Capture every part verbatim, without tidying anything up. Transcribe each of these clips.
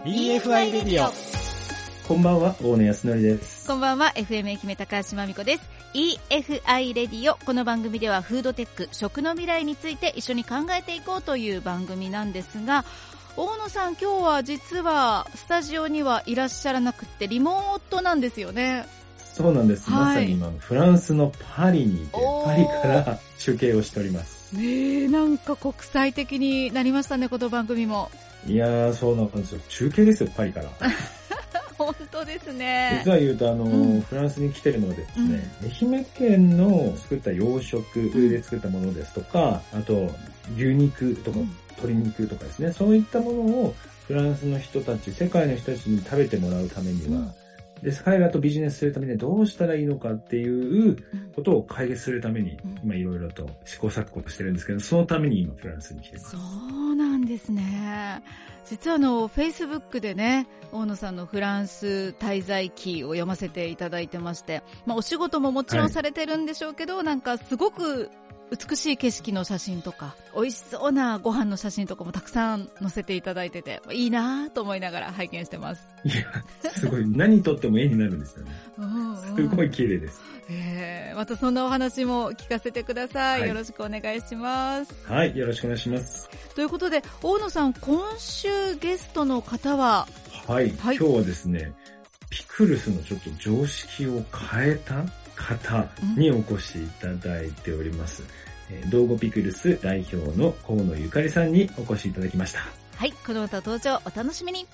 イーエフアイ レディオ。 こんばんは、大野康則です。 こんばんは、エフエム 愛媛高橋真美子です。 イーエフアイ レディオ。この番組ではフードテック、食の未来について一緒に考えていこうという番組なんですが、大野さん、今日は実はスタジオにはいらっしゃらなくてリモートなんですよね。 そうなんです、はい、まさに今フランスのパリにいて、パリから中継をしております。 ねえ、なんか国際的になりましたね、この番組も。 いやー、そうなんですよ。中継ですよ、パリから本当ですね。 実は言うと、あの、うん、フランスに来てるのでですね、うん、愛媛県の作った養殖で作ったものですとか、うん、あと牛肉とか、うん、鶏肉とかですね、そういったものをフランスの人たち、世界の人たちに食べてもらうためには、うんで、彼らとビジネスするためにどうしたらいいのかっていうことを解決するために、今いろいろと試行錯誤してるんですけど、そのために今フランスに来てます。 そうなんですね。実はあの、Facebook でね、大野さんのフランス滞在記を読ませていただいてまして、まあお仕事ももちろんされてるんでしょうけど、はい、なんかすごく美しい景色の写真とか美味しそうなご飯の写真とかもたくさん載せていただいてて、いいなと思いながら拝見してます。 いや、すごい何撮っても絵になるんですよね。うんうん、すごい綺麗です。 えー、またそんなお話も聞かせてください、はい、よろしくお願いします。 はい、よろしくお願いします。 ということで、大野さん、今週ゲストの方は、 はい、はい、今日はですね、ピクルスのちょっと常識を変えた方にお越しいただいております。うん、道後ピクルス代表の河野ゆかりさんにお越しいただきました。 はい、この後登場お楽しみに。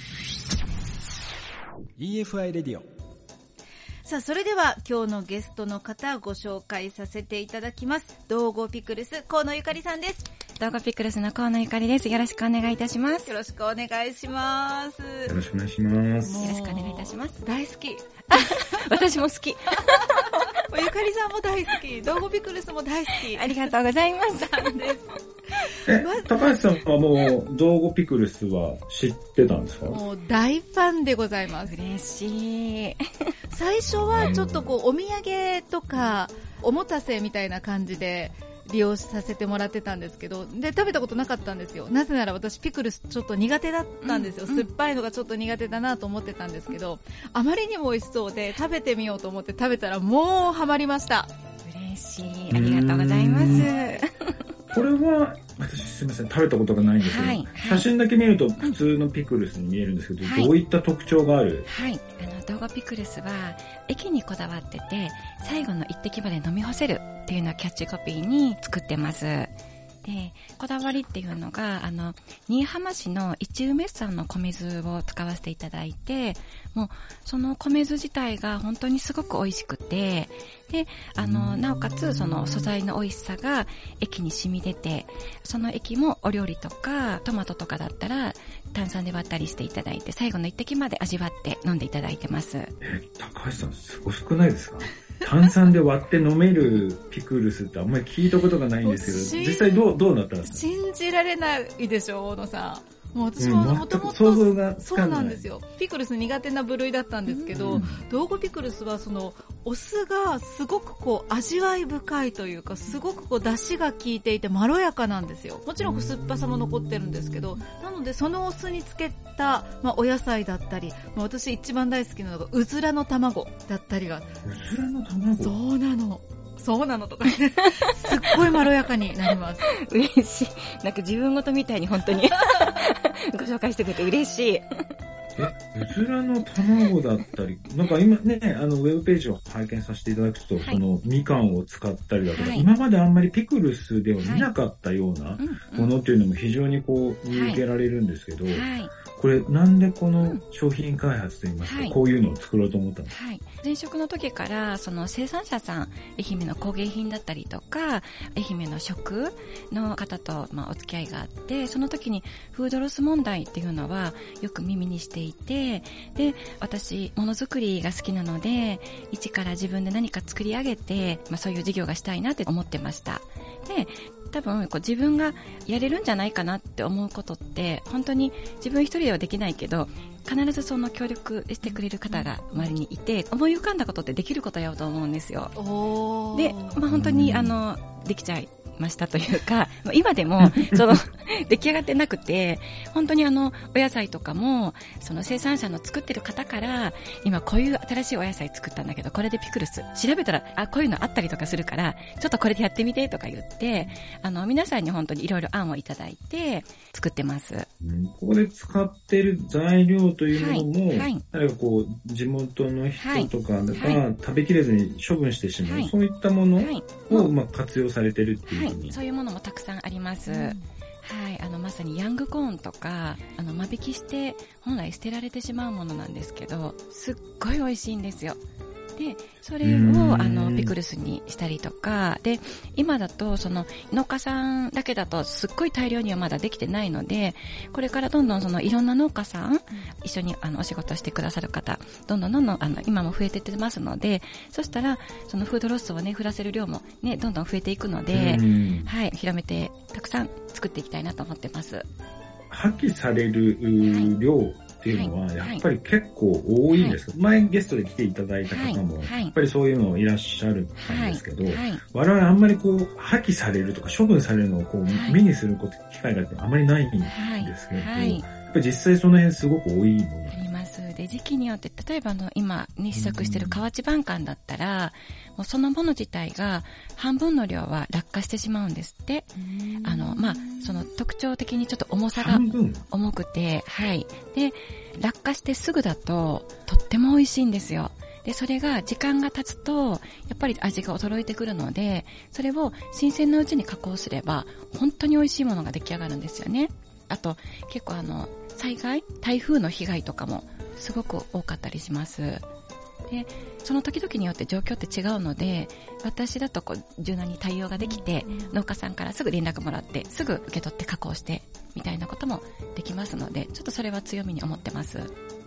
イーエフアイ レディオ。 さあ、それでは今日のゲストの方ご紹介させていただきます。道後ピクルス河野ゆかりさんです。 道後ピクルスの河野ゆかりです。よろしくお願いいたします。 よろしくお願いします。 よろしくお願いします。 よろしくお願いいたします。 大好き私も好きゆかりさんも大好き、道後ピクルスも大好き。 ありがとうございます。 え、高橋さんはもう道後ピクルスは知ってたんですか？ もう大ファンでございます。 嬉しい。 最初はちょっとこうお土産とかおもたせみたいな感じで利用させてもらってたんですけど、で食べたことなかったんですよ。なぜなら私ピクルスちょっと苦手だったんですよ、うん、酸っぱいのがちょっと苦手だなと思ってたんですけど、あまりにも美味しそうで食べてみようと思って食べたらもうハマりました。 嬉しい、ありがとうございます。 これは私すみません、食べたことがないんですけど、はいはい、写真だけ見ると普通のピクルスに見えるんですけど、はい、どういった特徴がある？ はい、あの道後ピクルスは液にこだわってて、最後の一滴まで飲み干せるっていうのをキャッチコピーに作ってます。で、こだわりっていうのが、あの、新居浜市の一梅産の米酢を使わせていただいて、もう、その米酢自体が本当にすごく美味しくて、で、あの、なおかつ、その素材の美味しさが液に染み出て、その液もお料理とか、トマトとかだったら、炭酸で割ったりしていただいて、最後の一滴まで味わって飲んでいただいてます。え、 高橋さん、すごくないですか？炭酸で割って飲めるピクルスってあんまり聞いたことがないんですけど、実際どう、どうなったんですか？ 信じられないでしょ、大野さん。もう私ももともと想像がつかない。 そうなんですよ。ピクルス苦手な部類だったんですけど、道後ピクルスはそのお酢がすごくこう味わい深いというか、すごくこう出汁が効いていてまろやかなんですよ。もちろん酸っぱさも残ってるんですけど、なのでそのお酢につけた、まあ、お野菜だったり、まあ、私一番大好きなのがうずらの卵だったりが。 うずらの卵？ そうなの。そうなのとかすっごいまろやかになります。 嬉しい。なんか自分ごとみたいに本当にご紹介してくれて嬉しい。 え、うずらの卵だったり、なんか今ね、あのウェブページを拝見させていただくと、はい、そのみかんを使ったりだとか、はい、今まであんまりピクルスでは見なかったようなものっていうのも非常にこう見受けられるんですけど、はいはい、これなんでこの商品開発といいますか、はい、こういうのを作ろうと思ったんですか？ はい、前職の時からその生産者さん、愛媛の工芸品だったりとか愛媛の食の方とまあお付き合いがあって、その時にフードロス問題っていうのはよく耳にしていて、で私ものづくりが好きなので一から自分で何か作り上げて、まあ、そういう事業がしたいなって思ってました。で多分こう自分がやれるんじゃないかなって思うことって本当に自分一人ではできないけど、必ずその協力してくれる方が周りにいて、思い浮かんだことってできることやと思うんですよ。で、まあ、本当にあのできちゃいましたというか、今でも、その、出来上がってなくて、本当にあの、お野菜とかも、その生産者の作ってる方から、今こういう新しいお野菜作ったんだけど、これでピクルス、調べたら、あ、こういうのあったりとかするから、ちょっとこれでやってみてとか言って、あの、皆さんに本当にいろいろ案をいただいて、作ってます。 うん、ここで使っている材料というものも、 はいはい、 何かこう、地元の人とかが、 はいはい、 食べきれずに処分してしまう、はい、そういったものを、まあ、活用されてるっていうふうに、 はい、そういうものもたくさんあります。うん、はい、あのまさにヤングコーンとかあの間引きして本来捨てられてしまうものなんですけど、すっごい美味しいんですよ。でそれをあのピクルスにしたりとかで、今だとその農家さんだけだとすっごい大量にはまだできてないので、これからどんどんそのいろんな農家さん、うん、一緒にあのお仕事してくださる方どんどんどんどんあの今も増えてってますので、そしたらそのフードロスをね減らせる量もねどんどん増えていくので、はい、広めてたくさん作っていきたいなと思ってます。 破棄される量、はいっていうのはやっぱり結構多いんです、はい、前ゲストで来ていただいた方も、はい、やっぱりそういうのいらっしゃるんですけど、はいはい、我々あんまりこう破棄されるとか処分されるのをこう、はい、目にする機会があまりないんですけど、はいはい、やっぱり実際その辺すごく多いもの。 あります。で時期によって例えばあの今、ね、試作してる河内晩柑だったら、もうそのもの自体が半分の量は落下してしまうんですって。あのまあその特徴的にちょっと重さが重くて、はい。で落下してすぐだととっても美味しいんですよ。でそれが時間が経つとやっぱり味が衰えてくるので、それを新鮮なうちに加工すれば本当に美味しいものが出来上がるんですよね。あと結構あの災害、台風の被害とかもすごく多かったりします。でその時々によって状況って違うので、私だとこう柔軟に対応ができて、農家さんからすぐ連絡もらってすぐ受け取って加工してみたいなこともできますので、ちょっとそれは強みに思ってます。 うん、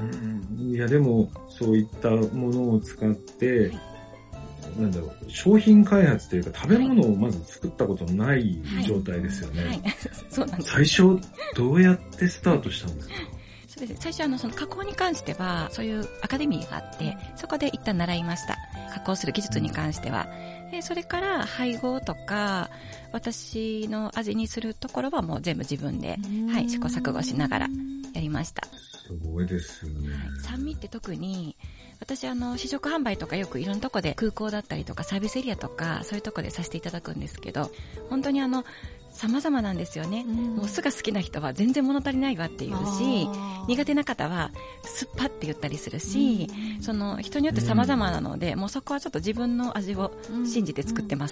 いやでもそういったものを使って、はい、なんだろう、商品開発というか食べ物をまず作ったことのない状態ですよね。はいはいはい、そうなんです。最初どうやってスタートしたんですか？ そうです。最初あのその加工に関してはそういうアカデミーがあって、そこで一旦習いました。加工する技術に関しては。でそれから配合とか私の味にするところはもう全部自分で、はい、試行錯誤しながらやりました。 すごいですよね。はい、 酸味って特に私あの試食販売とかよくいろんなとこで空港だったりとかサービスエリアとかそういうとこでさせていただくんですけど、本当にあの様々なんですよね。うん、もう酢が好きな人は全然物足りないわって言うし、苦手な方は酸っぱって言ったりするし、うん、その人によって様々なので、うん、もうそこはちょっと自分の味を信じて作ってます。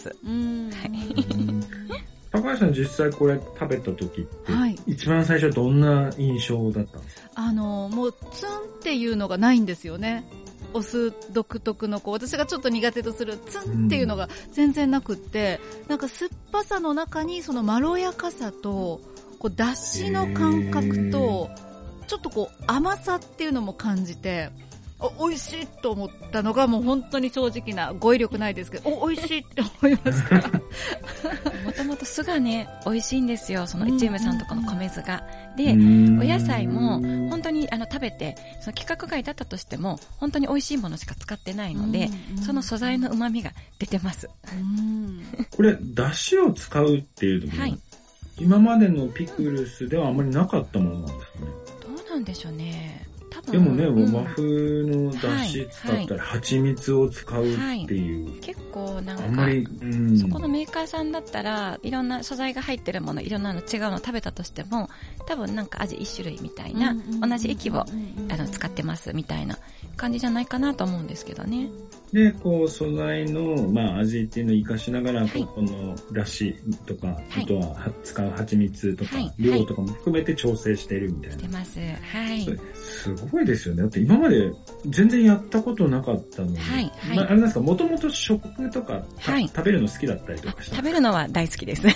高橋さん実際これ食べた時って、はい、一番最初どんな印象だったんですか？ あのもうツンっていうのがないんですよね。お酢独特のこう私がちょっと苦手とするツンっていうのが全然なくって、うん、なんか酸っぱさの中にそのまろやかさとこう出汁の感覚とちょっとこう甘さっていうのも感じて、お美味しいと思ったのがもう本当に正直な語彙力ないですけど、お美味しいって思いましたもともと酢がね美味しいんですよ、その一夢さんとかの米酢が。でお野菜も本当にあの食べてその規格外だったとしても本当に美味しいものしか使ってないので、その素材の旨味が出てます。 これ出汁を使うっていうのも、はい、今までのピクルスではあまりなかったものなんですかね。 どうなんでしょうね。 でもね、うん、和風の出汁使ったり、はい、蜂蜜を使うっていう、はい、 結構なんかあんまり、うん、 そこのメーカーさんだったらいろんな素材が入ってるものいろんなの違うの食べたとしても多分なんか味一種類みたいな、うん、同じ液をあの使ってますみたいな感じじゃないかなと思うんですけどね。 でこう素材の、まあ、味っていうのを生かしながら、はい、このだしとか、はい、あとは使う蜂蜜とか、はい、量とかも含めて調整しているみたいな。 してます。はい。 すごいですよね。だって今まで全然やったことなかったのに、はいはい、まあ、あれなんですか、もともと食とか、はい、食べるの好きだったりとかした。 食べるのは大好きです。 ね、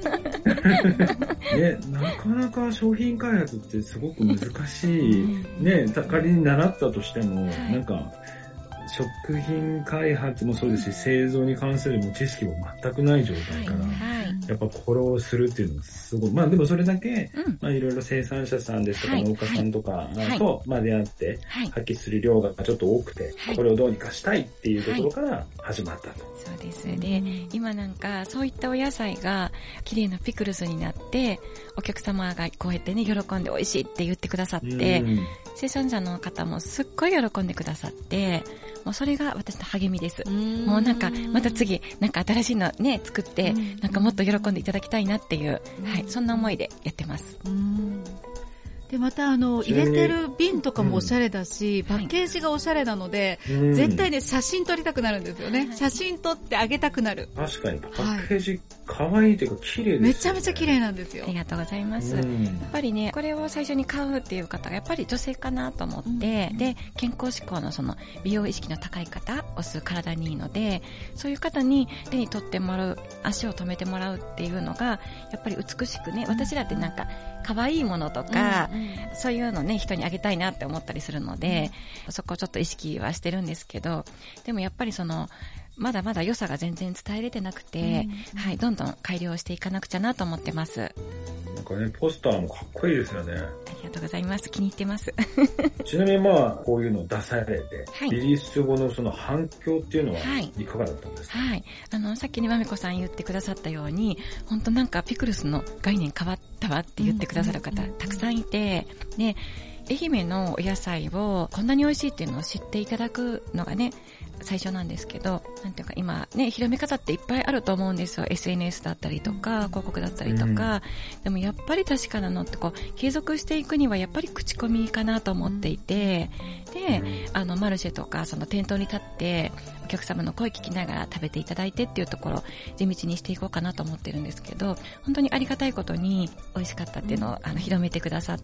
なかなか商品開発ってすごく難しい。ね、仮に習ったとしても、はい、なんか、食品開発もそうですし、製造に関する知識も全くない状態から、はいはい、 やっぱこれをするっていうのはすごい。まあでもそれだけ、 うん、 まあいろいろ生産者さんですとかはい農家さんとかはいと、まあ出会って、 はい発揮する量がちょっと多くて、 はいこれをどうにかしたいっていうところから始まったと。 そうです。で、今なんかそういったお野菜が綺麗なピクルスになって、お客様がこうやってね、喜んで美味しいって言ってくださって、 うん生産者の方もすっごい喜んでくださって、もうそれが私の励みです。 うんもうなんか、また次、なんか新しいのね、作って、 うんなんかもっと喜んでいただきたいなっていう、はい、そんな思いでやってます。 うんで、またあの、入れてる瓶とかもおしゃれだし、パッケージがおしゃれなので、 うん絶対ね、写真撮りたくなるんですよね。写真撮ってあげたくなる。 確かにパッケージ可愛いというか綺麗ですよね。 めちゃめちゃ綺麗なんですよあり。がとうございます。 うんやっぱりね、これを最初に買うっていう方がやっぱり女性かなと思って、 うんで、健康志向のその美容意識の高い方、お酢体にいいので、そういう方に手に取ってもらう、足を止めてもらうっていうのが、やっぱり美しくね、私らってなんか可愛いものとか、 うんうんそういうのね、人にあげたいなって思ったりするので、そこをちょっと意識はしてるんですけど、でもやっぱりその、まだまだ良さが全然伝えれてなくて、 うんはい、どんどん改良していかなくちゃなと思ってます。あなんかね、ポスターもかっこいいですよね。 りがとうございます。気に入ってます。 ちなみにまあ、こういうの出されて、 はいリリース後のその反響っていうのははいいかがだったんですか？ はい。あの、さっきね、まみこさん言ってくださったように、本当なんかピクルスの概念変わったわって言ってくださる方、 うんたくさんいて、で、愛媛のお野菜をこんなに美味しいっていうのを知っていただくのがね、最初なんですけど、なんていうか今ね、広め方っていっぱいあると思うんですよ。エスエヌエス だったりとか、広告だったりとか。でもやっぱり確かなのってこう、継続していくにはやっぱり口コミかなと思っていて、で、あの、マルシェとか、その店頭に立って、お客様の声聞きながら食べていただいてっていうところ、地道にしていこうかなと思ってるんですけど、本当にありがたいことに美味しかったっていうのを、あの、広めてくださって、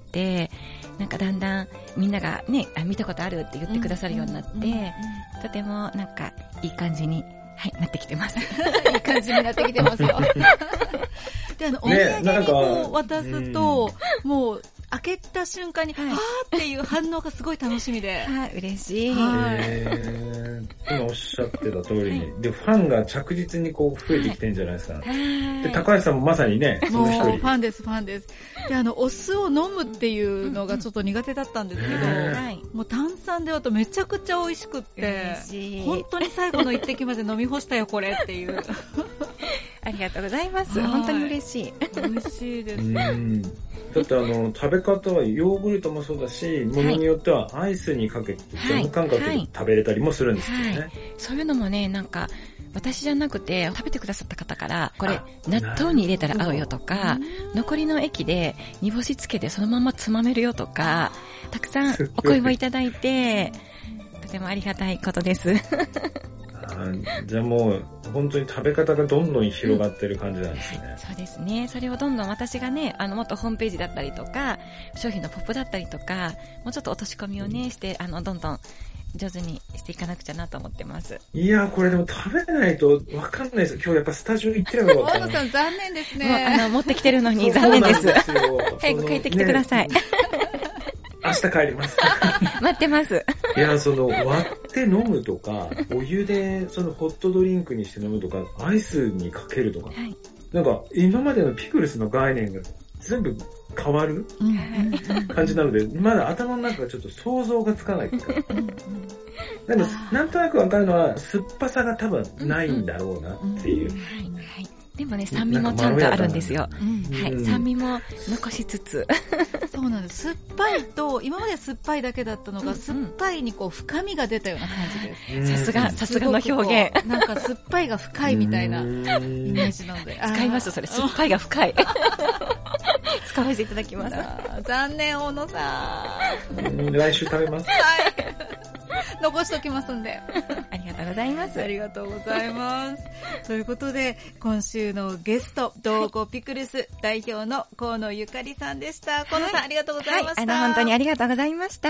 なんかだんだんみんながね、あ、見たことあるって言ってくださるようになって、とてもなんかいい感じに、はい、なってきてます。 いい感じになってきてますよ。で、あの、お土産にこう渡すと、もう、開けた瞬間に、 はいあーっていう反応がすごい楽しみで。 はい、嬉しい。 はいへー今おっしゃってた通りに、で、ファンが着実にこう増えてきてるんじゃないですか。で、高橋さんもまさにね、そもう、 の一人。 ファンです、ファンです。で、あの、お酢を飲むっていうのがちょっと苦手だったんですけど、 はい。 もう炭酸で割るとめちゃくちゃ美味しくって、 嬉しい。 本当に最後の一滴まで飲み干したよ、これっていう。 ありがとうございます。 はい本当に嬉しい。 美味しいです。 うんだってあの、食べ方はヨーグルトもそうだし、ものによってはアイスにかけてジャム感覚で食べれたりもするんですよね。 はい。そういうのもね、なんか、私じゃなくて、食べてくださった方から、これ、納豆に入れたら合うよとか、残りの液で煮干しつけてそのままつまめるよとか、たくさんお声もいただいて、とてもありがたいことです。 あじゃあもう、本当に食べ方がどんどん広がってる感じなんですね。 そうですね。それをどんどん私がね、あの、もっとホームページだったりとか、商品のポップだったりとか、もうちょっと落とし込みをね、して、あの、どんどん上手にしていかなくちゃなと思ってます。 いやー、これでも食べないとわかんないですよ。今日やっぱスタジオ行ってればよかったな。 大野さん残念ですもう、あね。 の、持ってきてるのに残念です。 そうなんですよ早く帰ってきてください。 ね明日帰ります。 待ってます。 いや、その、割って飲むとか、お湯で、その、ホットドリンクにして飲むとか、アイスにかけるとか、 はい。 なんか、今までのピクルスの概念が全部変わるうん感じなので、まだ頭の中がちょっと想像がつかないっていうか。でも、なんとなくわかるのは、酸っぱさが多分ないんだろうなっていう。 はい。はい。でもね、酸味もちゃんとあるんですよ。 うんはい。 うん酸味も残しつつ。 そうなんです。酸っぱいと、今まで酸っぱいだけだったのが、 うん酸っぱいにこう深みが出たような感じです。 さすが、さすがの表現。 すごくこうなんか酸っぱいが深いみたいなイメージなので。 使います、それ。酸っぱいが深い。使わせていただきます。 あー残念、大野さうん来週食べます。 ん。はい。残しときますんで。 ありがとうございます。 ありがとうございます。ということで、今週のゲスト、道後ピクルス代表の河野ゆかりさんでした。河野さん、ありがとうございました。 はい、あの、本当にありがとうございました。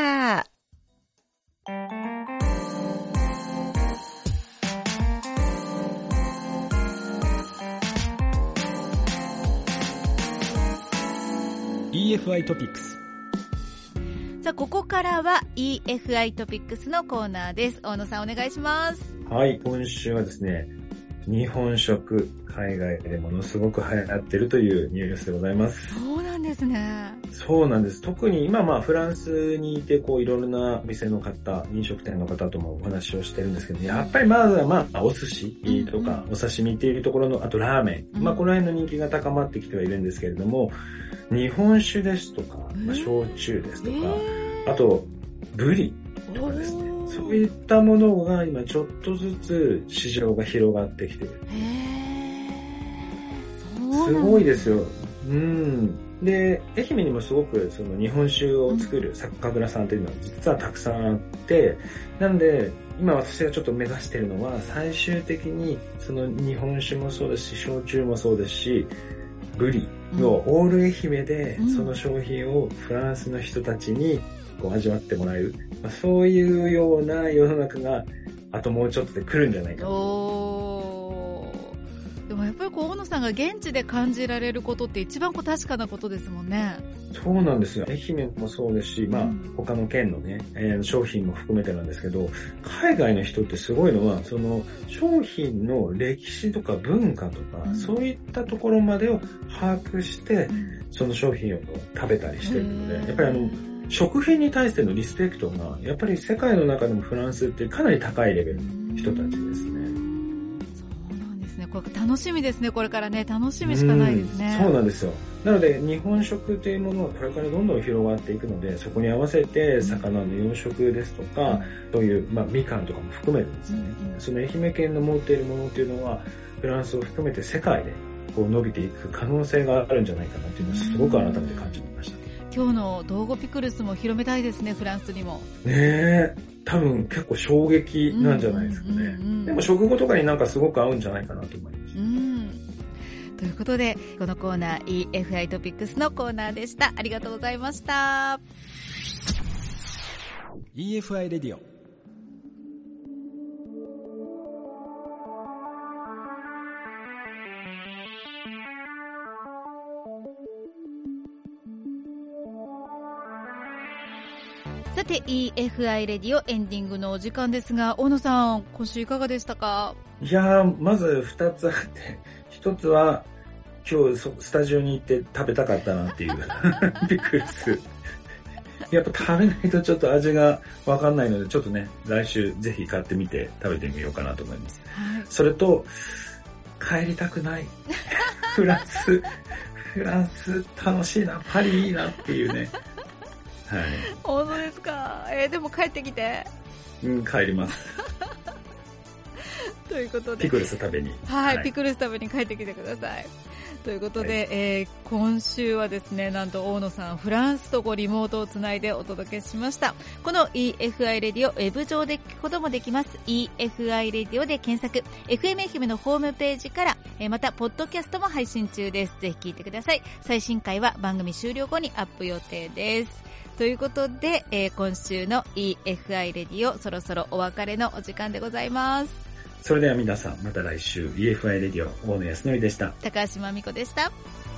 イーエフアイ トピックス。 さあ、ここからは イーエフアイ トピックスのコーナーです。大野さん、お願いします。 はい、今週はですね、 日本食、海外でものすごく流行ってるというニュースでございます。 そうなんですね。 そうなんです。特に今まあフランスにいてこういろいろなお店の方、飲食店の方ともお話をしてるんですけど、やっぱりまずはまあお寿司とかお刺身っていうところの、あとラーメン、まあこの辺の人気が高まってきてはいるんですけれども、日本酒ですとか、まあ、焼酎ですとか、あとブリとかですね。そういったものが今ちょっとずつ市場が広がってきている。すごいですよ。うん。で、愛媛にもすごくその日本酒を作る酒蔵さんというのは実はたくさんあって、なので今私がちょっと目指しているのは最終的にその日本酒もそうですし、焼酎もそうですし、ブリのオール愛媛でその商品をフランスの人たちにこう味わってもらえる、まあ、そういうような世の中があともうちょっとで来るんじゃないかな。 おー、でもやっぱりこう大野さんが現地で感じられることって一番こう確かなことですもんね。 そうなんですよ。愛媛もそうですし、まあ、他の県のね、えー、商品も含めてなんですけど、海外の人ってすごいのは、その商品の歴史とか文化とか、うん、そういったところまでを把握して、うん、その商品を食べたりしてるので、やっぱりあの、食品に対してのリスペクトが、やっぱり世界の中でもフランスってかなり高いレベルの人たちですね。 そうなんですね。これ楽しみですね。これからね、楽しみしかないですね。 そうなんですよ。なので、日本食というものはこれからどんどん広がっていくので、そこに合わせて魚の養殖ですとか、うん、そういう、まあ、みかんとかも含めてですね、うん、その愛媛県の持っているものっていうのは、フランスを含めて世界でこう伸びていく可能性があるんじゃないかなっていうのをすごく改めて感じました。 今日の道後ピクルスも広めたいですね、フランスにも。 ねえ、多分結構衝撃なんじゃないですかね。うんうんうん、でも食後とかになんかすごく合うんじゃないかなと思います。うん、 ということで、このコーナー イーエフアイ トピックスのコーナーでした。ありがとうございました。 イーエフアイ レディオ。 さて イーエフアイ レディオエンディングのお時間ですが、大野さん今週いかがでしたか？ いやー、まず二つあって、一つは今日スタジオに行って食べたかったなっていうピクルス。やっぱ食べないとちょっと味がわかんないので、ちょっとね、来週ぜひ買ってみて食べてみようかなと思います。はい、それと、帰りたくない。フランス、フランス楽しいな、パリいいなっていうね。はい。 本当ですか？えー、でも帰ってきて。 うん、帰ります。 ということで。 ピクルス食べに。 はい、はい、ピクルス食べに帰ってきてください。ということで、はい、えー、今週はですね、なんと大野さん、フランスとこリモートをつないでお届けしました。この イーエフアイ レディオ、ウェブ上で聞くこともできます。イーエフアイ レディオで検索、エフエム 愛媛のホームページから、えー、また、ポッドキャストも配信中です。ぜひ聞いてください。最新回は番組終了後にアップ予定です。ということで、えー、今週の イーエフアイ レディオ、そろそろお別れのお時間でございます。 それでは皆さん、また来週 イーエフアイ レディオ、大野康則でした。 高橋真美子でした。